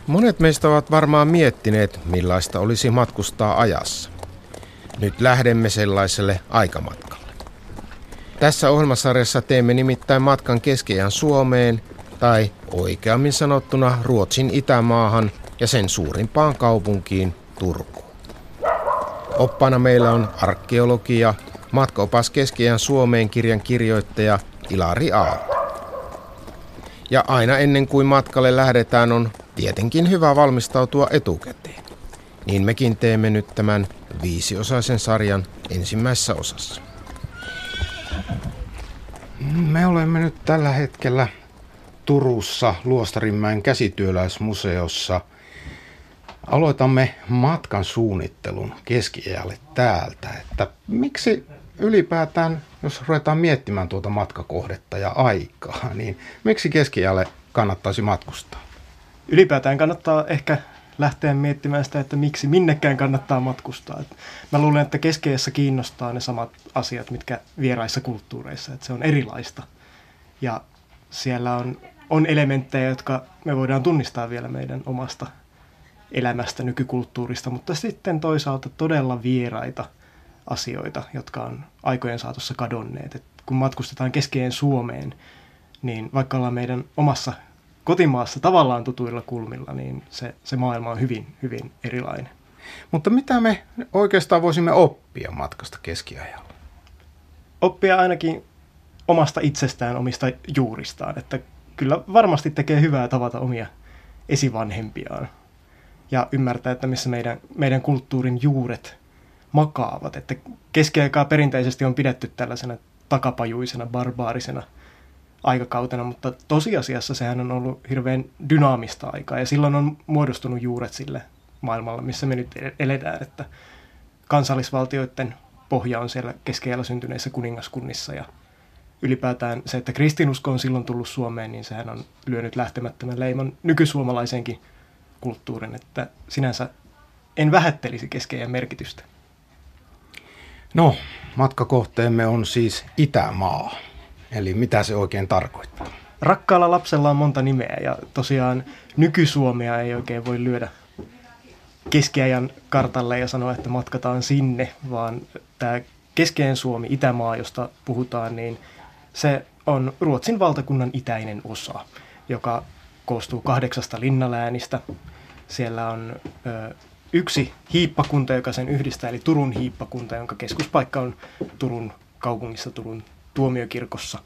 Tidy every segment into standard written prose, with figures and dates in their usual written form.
Monet meistä ovat varmaan miettineet, millaista olisi matkustaa ajassa. Nyt lähdemme sellaiselle aikamatkalle. Tässä ohjelmasarjassa teemme nimittäin matkan Keski-ajan Suomeen, tai oikeammin sanottuna Ruotsin itämaahan ja sen suurimpaan kaupunkiin Turkuun. Oppaana meillä on arkeologia, matkaopas Keski-ajan Suomeen -kirjan kirjoittaja Ilari Aalto. Ja aina ennen kuin matkalle lähdetään, on tietenkin hyvä valmistautua etukäteen. Niin mekin teemme nyt tämän 5-osaisen sarjan ensimmäisessä osassa. Me olemme nyt tällä hetkellä Turussa Luostarinmäen käsityöläismuseossa. Aloitamme matkan suunnittelun Keski-ajalle täältä. Että miksi ylipäätään, jos ruvetaan miettimään tuota matkakohdetta ja aikaa, niin miksi Keski-ajalle kannattaisi matkustaa? Ylipäätään kannattaa ehkä lähteä miettimään sitä, että miksi minnekään kannattaa matkustaa. Mä luulen, että Keski-ajassa kiinnostaa ne samat asiat, mitkä vieraissa kulttuureissa, että se on erilaista. Ja siellä on elementtejä, jotka me voidaan tunnistaa vielä meidän omasta elämästä, nykykulttuurista, mutta sitten toisaalta todella vieraita asioita, jotka on aikojen saatossa kadonneet. Et kun matkustetaan Keski-ajan Suomeen, niin vaikka ollaan meidän omassa kotimaassa tavallaan tutuilla kulmilla, niin se maailma on hyvin, hyvin erilainen. Mutta mitä me oikeastaan voisimme oppia matkasta Keski-ajalla? Oppia ainakin omasta itsestään, omista juuristaan. Että kyllä varmasti tekee hyvää tavata omia esivanhempiaan ja ymmärtää, että missä meidän kulttuurin juuret makaavat. Että keskiaikaa perinteisesti on pidetty tällaisena takapajuisena, barbaarisena aikakautena, mutta tosiasiassa sehän on ollut hirveän dynaamista aikaa ja silloin on muodostunut juuret sille maailmalle, missä me nyt eletään, että kansallisvaltioiden pohja on siellä keskiajalla syntyneissä kuningaskunnissa ja ylipäätään se, että kristinusko on silloin tullut Suomeen, niin sehän on lyönyt lähtemättömän leiman nykysuomalaisenkin kulttuurin, että sinänsä en vähättelisi keskiajan merkitystä. No, matkakohteemme on siis Itämaa. Eli mitä se oikein tarkoittaa? Rakkaalla lapsella on monta nimeä ja tosiaan nyky-Suomea ei oikein voi lyödä keskiajan kartalle ja sanoa, että matkataan sinne, vaan tämä Keski-ajan Suomi, Itämaa, josta puhutaan, niin se on Ruotsin valtakunnan itäinen osa, joka koostuu 8 linnaläänistä. Siellä on yksi hiippakunta, joka sen yhdistää, eli Turun hiippakunta, jonka keskuspaikka on Turun kaupungissa, Turun tuomiokirkossa.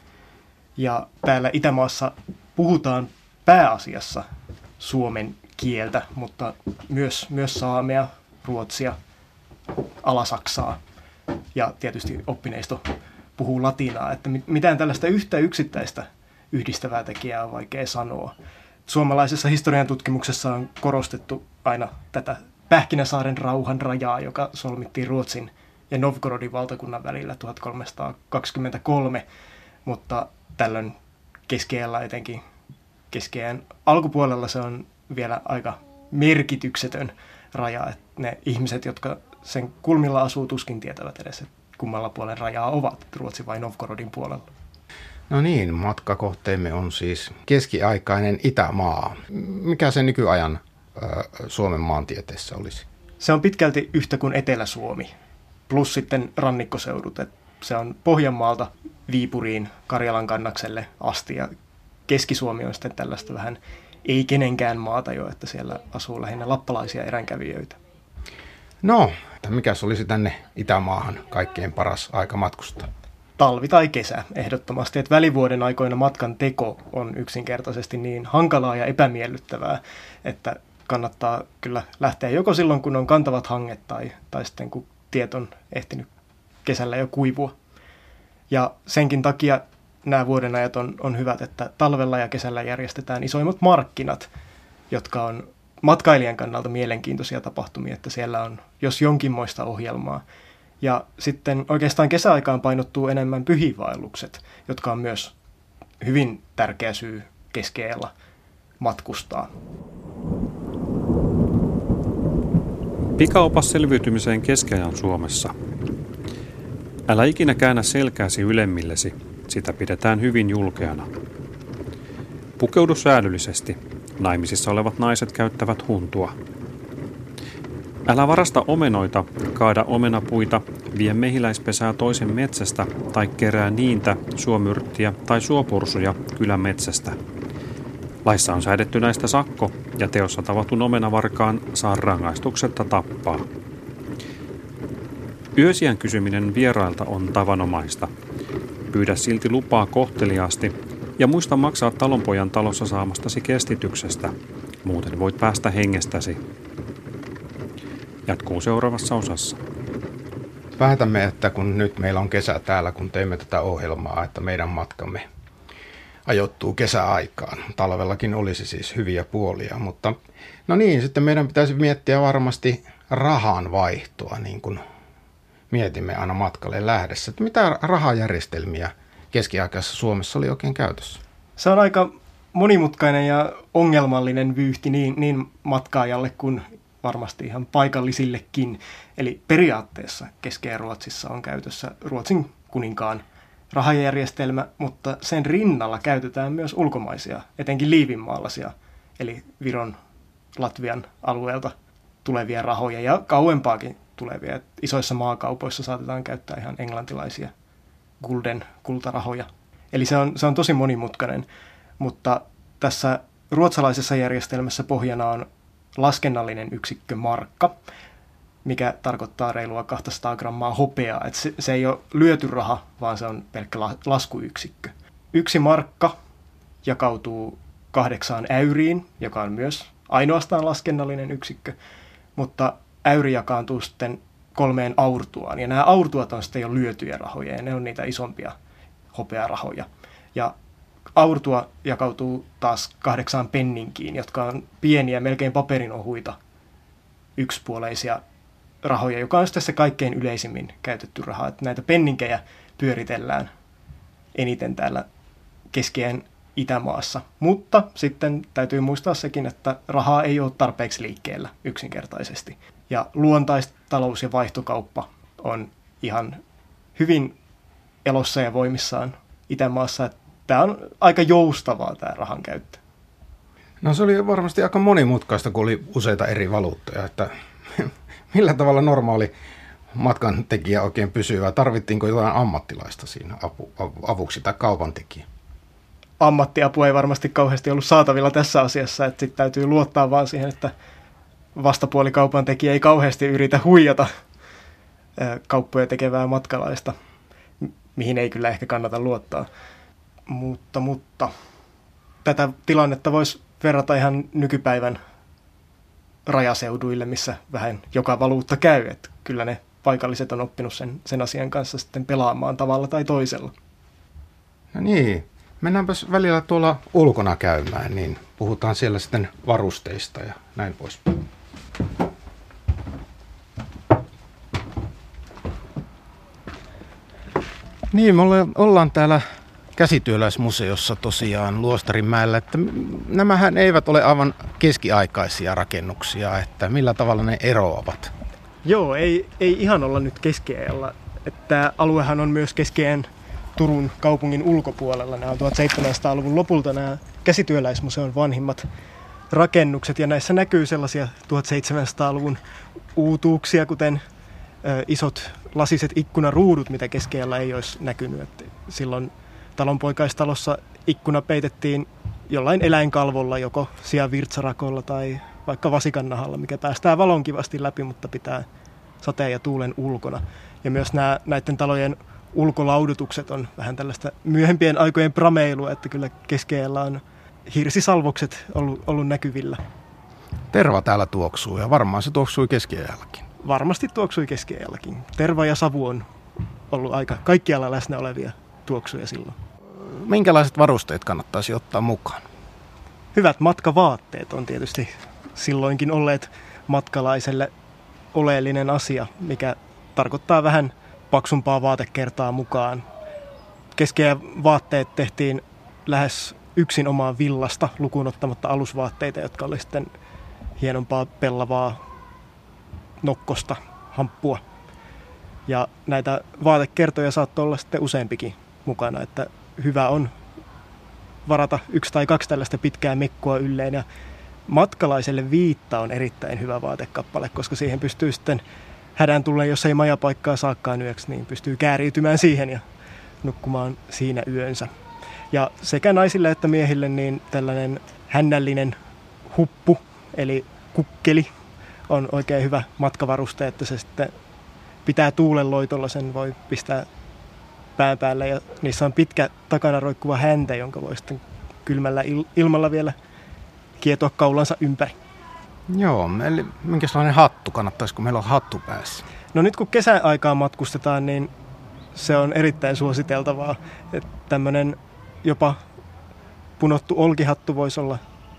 Ja täällä Itämaassa puhutaan pääasiassa suomen kieltä, mutta myös saamea, ruotsia, alasaksaa ja tietysti oppineisto puhuu latinaa. Että mitään tällaista yhtä yksittäistä yhdistävää tekijää on vaikea sanoa. Suomalaisessa historian tutkimuksessa on korostettu aina tätä Pähkinäsaaren rauhan rajaa, joka solmittiin Ruotsin ja Novgorodin valtakunnan välillä 1323, mutta tällöin keskiajalla etenkin keskiajan alkupuolella se on vielä aika merkityksetön raja, että ne ihmiset, jotka sen kulmilla asuu, tuskin tietävät edes, että kummalla puolen rajaa ovat, Ruotsin vai Novgorodin puolella. No niin, matkakohteemme on siis keskiaikainen Itämaa. Mikä se nykyajan Suomen maantieteessä olisi? Se on pitkälti yhtä kuin Etelä-Suomi, plus sitten rannikkoseudut. Että se on Pohjanmaalta Viipuriin, Karjalan kannakselle asti ja Keski-Suomi on sitten tällaista vähän ei kenenkään maata jo, että siellä asuu lähinnä lappalaisia eränkävijöitä. No, mikäs olisi tänne Itämaahan kaikkein paras aika matkustaa? Talvi tai kesä ehdottomasti, että välivuoden aikoina matkan teko on yksinkertaisesti niin hankalaa ja epämiellyttävää, että kannattaa kyllä lähteä joko silloin, kun on kantavat hanget tai sitten kun tiet on ehtinyt kesällä jo kuivua. Ja senkin takia nämä vuodenajat on hyvät, että talvella ja kesällä järjestetään isoimmat markkinat, jotka on matkailijan kannalta mielenkiintoisia tapahtumia, että siellä on jos jonkinmoista ohjelmaa. Ja sitten oikeastaan kesäaikaan painottuu enemmän pyhiinvaellukset, jotka on myös hyvin tärkeä syy keskiajalla matkustaa. Pikaopas selviytymiseen keskiajan Suomessa. Älä ikinä käännä selkääsi ylemmillesi, sitä pidetään hyvin julkeana. Pukeudu säädyllisesti, Naimisissa olevat naiset käyttävät huntua. Älä varasta omenoita, kaada omenapuita, vie mehiläispesää toisen metsästä tai kerää niintä, suomyrttiä tai suopursuja kylän metsästä. Laissa on säädetty näistä sakko ja teossa tavatun omenavarkaan saa rangaistuksetta tappaa. Yösijän kysyminen vierailta on tavanomaista. Pyydä silti lupaa kohteliaasti ja muista maksaa talonpojan talossa saamastasi kestityksestä. Muuten voit päästä hengestäsi. Jatkuu seuraavassa osassa. Päätämme, että kun nyt meillä on kesä täällä, kun teemme tätä ohjelmaa, että meidän matkamme ajoittuu kesäaikaan. Talvellakin olisi siis hyviä puolia, mutta no niin, sitten meidän pitäisi miettiä varmasti rahan vaihtoa, niin kuin mietimme aina matkalle lähdessä. Että mitä rahajärjestelmiä keskiaikaisessa Suomessa oli oikein käytössä? Se on aika monimutkainen ja ongelmallinen vyyhti niin matkaajalle kuin varmasti ihan paikallisillekin. Eli periaatteessa Keski-Ruotsissa on käytössä Ruotsin kuninkaan rahajärjestelmä, mutta sen rinnalla käytetään myös ulkomaisia, etenkin liivinmaalaisia, eli Viron, Latvian alueelta tulevia rahoja ja kauempaakin tulevia. Isoissa maakaupoissa saatetaan käyttää ihan englantilaisia kultarahoja. Eli se on tosi monimutkainen, mutta tässä ruotsalaisessa järjestelmässä pohjana on laskennallinen yksikkö markka, mikä tarkoittaa reilua 200 grammaa hopeaa. Et se ei ole lyöty raha, vaan se on pelkkä laskuyksikkö. 1 markka jakautuu 8 äyriin, joka on myös ainoastaan laskennallinen yksikkö, mutta äyri jakaantuu sitten 3 aurtuaan. Ja nämä aurtuat on sitten jo lyötyjä rahoja, ja ne on niitä isompia hopearahoja. Ja aurtua jakautuu taas 8 penninkiin, jotka on pieniä, melkein paperinohuita, yksipuoleisia rahoja, joka on sitten se kaikkein yleisimmin käytetty raha. Että näitä penninkejä pyöritellään eniten täällä Keskien Itämaassa. Mutta sitten täytyy muistaa sekin, että rahaa ei ole tarpeeksi liikkeellä yksinkertaisesti. Ja luontaistalous ja vaihtokauppa on ihan hyvin elossa ja voimissaan Itämaassa. Tämä on aika joustavaa tämä rahan käyttö. No se oli varmasti aika monimutkaista, kun oli useita eri valuuttoja. Että millä tavalla normaali matkantekijä oikein pysyy? Tarvittiinko jotain ammattilaista siinä avuksi tai kaupantekijä? Ammattiapua ei varmasti kauheasti ollut saatavilla tässä asiassa. Että sitten täytyy luottaa vaan siihen, että vastapuolikaupantekijä ei kauheasti yritä huijata kauppoja tekevää matkalaista, mihin ei kyllä ehkä kannata luottaa. Mutta tätä tilannetta voisi verrata ihan nykypäivän rajaseuduille, missä vähän joka valuutta käy. Että kyllä ne paikalliset on oppinut sen asian kanssa sitten pelaamaan tavalla tai toisella. No niin, mennäänpäs välillä tuolla ulkona käymään, niin puhutaan siellä sitten varusteista ja näin pois. Niin, me ollaan täällä Käsityöläismuseossa tosiaan Luostarinmäellä, että nämähän eivät ole aivan keskiaikaisia rakennuksia, että millä tavalla ne eroavat? Joo, ei ihan olla nyt keskiajalla. Tämä aluehan on myös Keski-Iän Turun kaupungin ulkopuolella. Nämä on 1700-luvun lopulta nämä Käsityöläismuseon vanhimmat rakennukset, ja näissä näkyy sellaisia 1700-luvun uutuuksia, kuten isot lasiset ikkunaruudut, mitä Keski-Iällä ei olisi näkynyt. Että silloin talonpoikaistalossa ikkuna peitettiin jollain eläinkalvolla, joko sianvirtsarakolla tai vaikka vasikannahalla, mikä päästää valon kivasti läpi, mutta pitää sateen ja tuulen ulkona. Ja myös näiden talojen ulkolaudutukset on vähän tällaista myöhempien aikojen prameilua, että kyllä Keski-Iällä on hirsisalvokset ollut näkyvillä. Terva täällä tuoksuu, ja varmaan se tuoksui Keski-Iälläkin. Varmasti tuoksui Keski-Iälläkin. Terva ja savu on ollut aika kaikkialla läsnä olevia tuoksuja silloin. Minkälaiset varusteet kannattaisi ottaa mukaan? Hyvät matkavaatteet on tietysti silloinkin olleet matkalaiselle oleellinen asia, mikä tarkoittaa vähän paksumpaa vaatekertaa mukaan. Keski-Iän vaatteet tehtiin lähes yksin omaan villasta, lukuun ottamatta alusvaatteita, jotka oli sitten hienompaa pellavaa nokkosta, hamppua. Ja näitä vaatekertoja saattoi olla sitten useampikin mukana, että hyvä on varata 1 tai 2 tällaista pitkää mekkua ylleen. Ja matkalaiselle viitta on erittäin hyvä vaatekappale, koska siihen pystyy sitten hädän tulleen, jos ei majapaikkaa saakkaan yöksi, niin pystyy kääriytymään siihen ja nukkumaan siinä yönsä. Ja sekä naisille että miehille niin tällainen hännällinen huppu, eli kukkeli, on oikein hyvä matkavaruste, että se sitten pitää tuulenloitolla, sen voi pistää pään päälle ja niissä on pitkä takana roikkuva häntä, jonka voi sitten kylmällä ilmalla vielä kietoa kaulansa ympäri. Joo, eli minkälainen hattu kannattaisi, kun meillä on hattu päässä? No nyt kun kesäaikaan matkustetaan, niin se on erittäin suositeltavaa. Että tämmöinen jopa punottu olkihattu voisi olla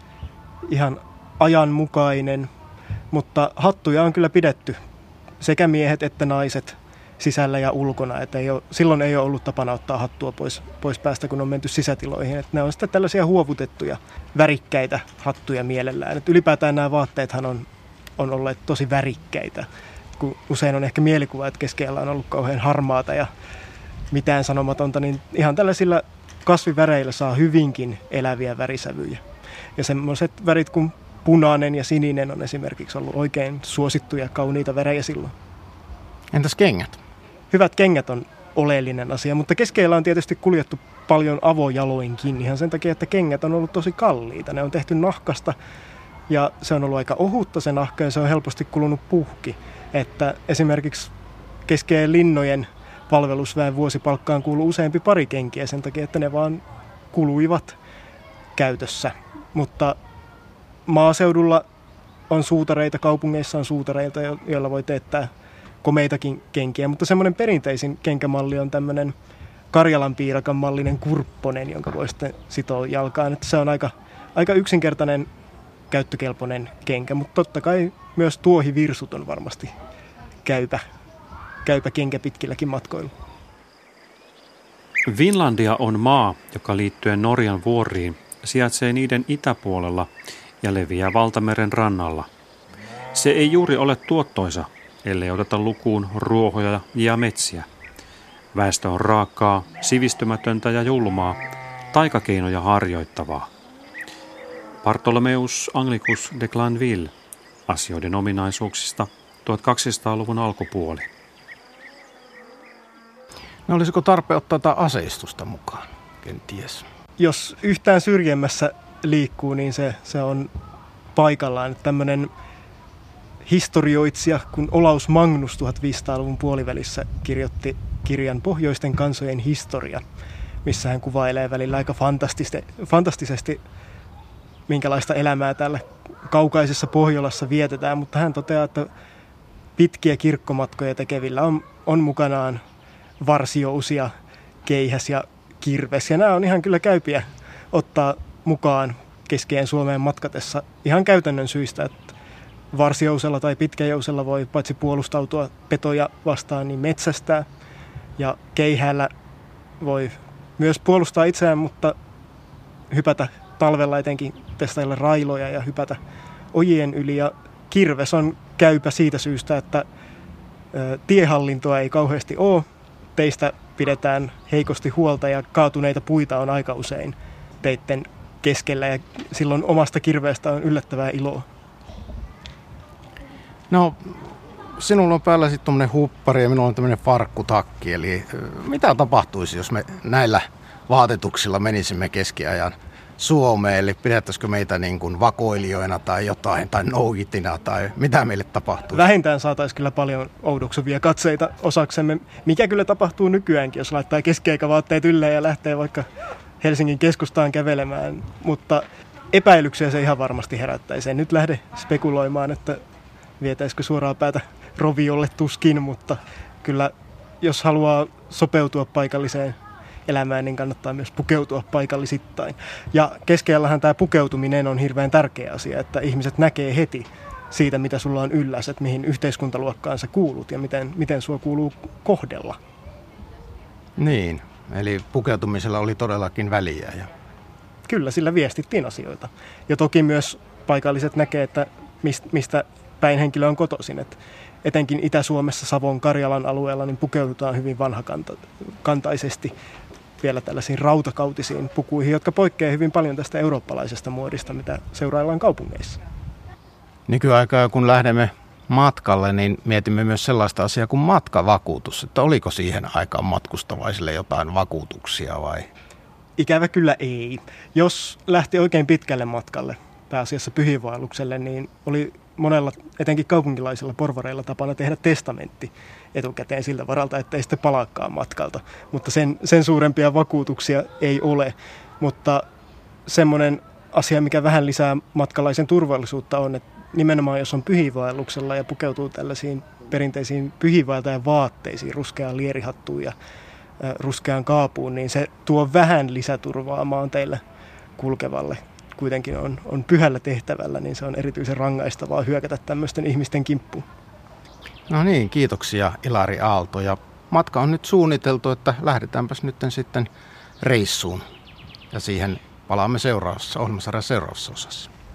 ihan ajanmukainen, mutta hattuja on kyllä pidetty sekä miehet että naiset sisällä ja ulkona. Että silloin ei ole ollut tapana ottaa hattua pois päästä, kun on menty sisätiloihin. Että ne on sitten tällaisia huovutettuja, värikkäitä hattuja mielellään. Että ylipäätään nämä vaatteethan on olleet tosi värikkäitä. Kun usein on ehkä mielikuva, että keskellä on ollut kauhean harmaata ja mitään sanomatonta, niin ihan tällaisilla kasviväreillä saa hyvinkin eläviä värisävyjä. Ja semmoiset värit kuin punainen ja sininen on esimerkiksi ollut oikein suosittuja kauniita värejä silloin. Entäs kengät? Hyvät kengät on oleellinen asia, mutta keskellä on tietysti kuljettu paljon avojaloinkin ihan sen takia, että kengät on ollut tosi kalliita. Ne on tehty nahkasta ja se on ollut aika ohutta se nahka ja se on helposti kulunut puhki. Että esimerkiksi keskeen linnojen palvelusväen vuosipalkkaan kuuluu useampi pari kenkiä sen takia, että ne vaan kuluivat käytössä. Mutta maaseudulla on suutareita, kaupungeissa on suutareita, joilla voi teettää komeitakin kenkiä. Mutta semmoinen perinteisin kenkämalli on tämmöinen Karjalan piirakan mallinen kurpponen, jonka voi sitten sitoa jalkaan. Että se on aika yksinkertainen käyttökelpoinen kenkä, mutta totta kai myös tuohivirsut on varmasti käypä kenkä pitkilläkin matkoilla. Finlandia on maa, joka liittyen Norjan vuoriin sijaitsee niiden itäpuolella ja leviää Valtameren rannalla. Se ei juuri ole tuottoisa, ellei oteta lukuun ruohoja ja metsiä. Väestö on raakaa, sivistymätöntä ja julmaa, taikakeinoja harjoittavaa. Bartholomeus Anglicus de Glanville, asioiden ominaisuuksista, 1200-luvun alkupuoli. No olisiko tarpeen ottaa tätä aseistusta mukaan, kenties? Jos yhtään syrjemmässä liikkuu, niin se on paikallaan. Tämmöinen historioitsija, kun Olaus Magnus 1500-luvun puolivälissä kirjoitti kirjan Pohjoisten kansojen historia, missä hän kuvailee välillä aika fantastisesti, minkälaista elämää täällä kaukaisessa Pohjolassa vietetään, mutta hän toteaa, että pitkiä kirkkomatkoja tekevillä on mukanaan varsiousia, keihäs ja kirves. Ja nämä on ihan kyllä käypiä ottaa mukaan keskeen Suomeen matkatessa ihan käytännön syistä, että varsijousella tai pitkäjousella voi paitsi puolustautua petoja vastaan, niin metsästää. Ja keihäällä voi myös puolustaa itseään, mutta hypätä talvella etenkin testailla railoja ja hypätä ojien yli. Ja kirves on käypä siitä syystä, että tiehallintoa ei kauheasti ole. Teistä pidetään heikosti huolta ja kaatuneita puita on aika usein teitten keskellä ja silloin omasta kirveestä on yllättävää iloa. No, sinulla on päällä sitten tuommoinen huppari ja minulla on tämmöinen farkkutakki. Eli mitä tapahtuisi, jos me näillä vaatetuksilla menisimme keskiajan Suomeen? Eli pidettäisikö meitä niin kuin vakoilijoina tai jotain, tai noukitina, tai mitä meille tapahtuu? Vähintään saataisiin kyllä paljon oudoksuvia katseita osaksemme, mikä kyllä tapahtuu nykyäänkin, jos laittaa keskiaikavaatteet ylleen ja lähtee vaikka Helsingin keskustaan kävelemään. Mutta epäilyksiä se ihan varmasti herättäisi. En nyt lähde spekuloimaan, että vietäisikö suoraa päätä roviolle tuskin, mutta kyllä jos haluaa sopeutua paikalliseen elämään, niin kannattaa myös pukeutua paikallisittain. Ja keskellähän tämä pukeutuminen on hirveän tärkeä asia, että ihmiset näkee heti siitä, mitä sulla on ylläs, että mihin yhteiskuntaluokkaan sä kuulut ja miten sua kuuluu kohdella. Niin, eli pukeutumisella oli todellakin väliä. Kyllä, sillä viestittiin asioita. Ja toki myös paikalliset näkee, että mistä päin henkilö on kotoisin. Että etenkin Itä-Suomessa, Savon, Karjalan alueella, niin pukeudutaan hyvin vanhakantaisesti. vielä tällaisiin rautakautisiin pukuihin, jotka poikkeaa hyvin paljon tästä eurooppalaisesta muodista, mitä seuraillaan kaupungeissa. Nykyaikaa kun lähdemme matkalle, niin mietimme myös sellaista asiaa kuin matkavakuutus, että oliko siihen aikaan matkustavaisille jotain vakuutuksia vai? Ikävä kyllä ei. Jos lähti oikein pitkälle matkalle, pääasiassa pyhiinvaellukselle, niin oli monella, etenkin kaupunkilaisilla porvareilla tapana tehdä testamentti etukäteen siltä varalta, ettei sitten palaakaan matkalta. Mutta sen suurempia vakuutuksia ei ole. Mutta semmoinen asia, mikä vähän lisää matkalaisen turvallisuutta on, että nimenomaan jos on pyhiinvaelluksella ja pukeutuu tällaisiin perinteisiin pyhiinvaeltajan vaatteisiin, ruskeaan lierihattuun ja ruskeaan kaapuun, niin se tuo vähän lisäturvaa maanteille kulkevalle. Kuitenkin on pyhällä tehtävällä, niin se on erityisen rangaistavaa hyökätä tämmöisten ihmisten kimppuun. No niin, kiitoksia Ilari Aalto. Ja matka on nyt suunniteltu, että lähdetäänpäs nyt sitten reissuun. Ja siihen palaamme ohjelmasarjan seuraavassa osassa.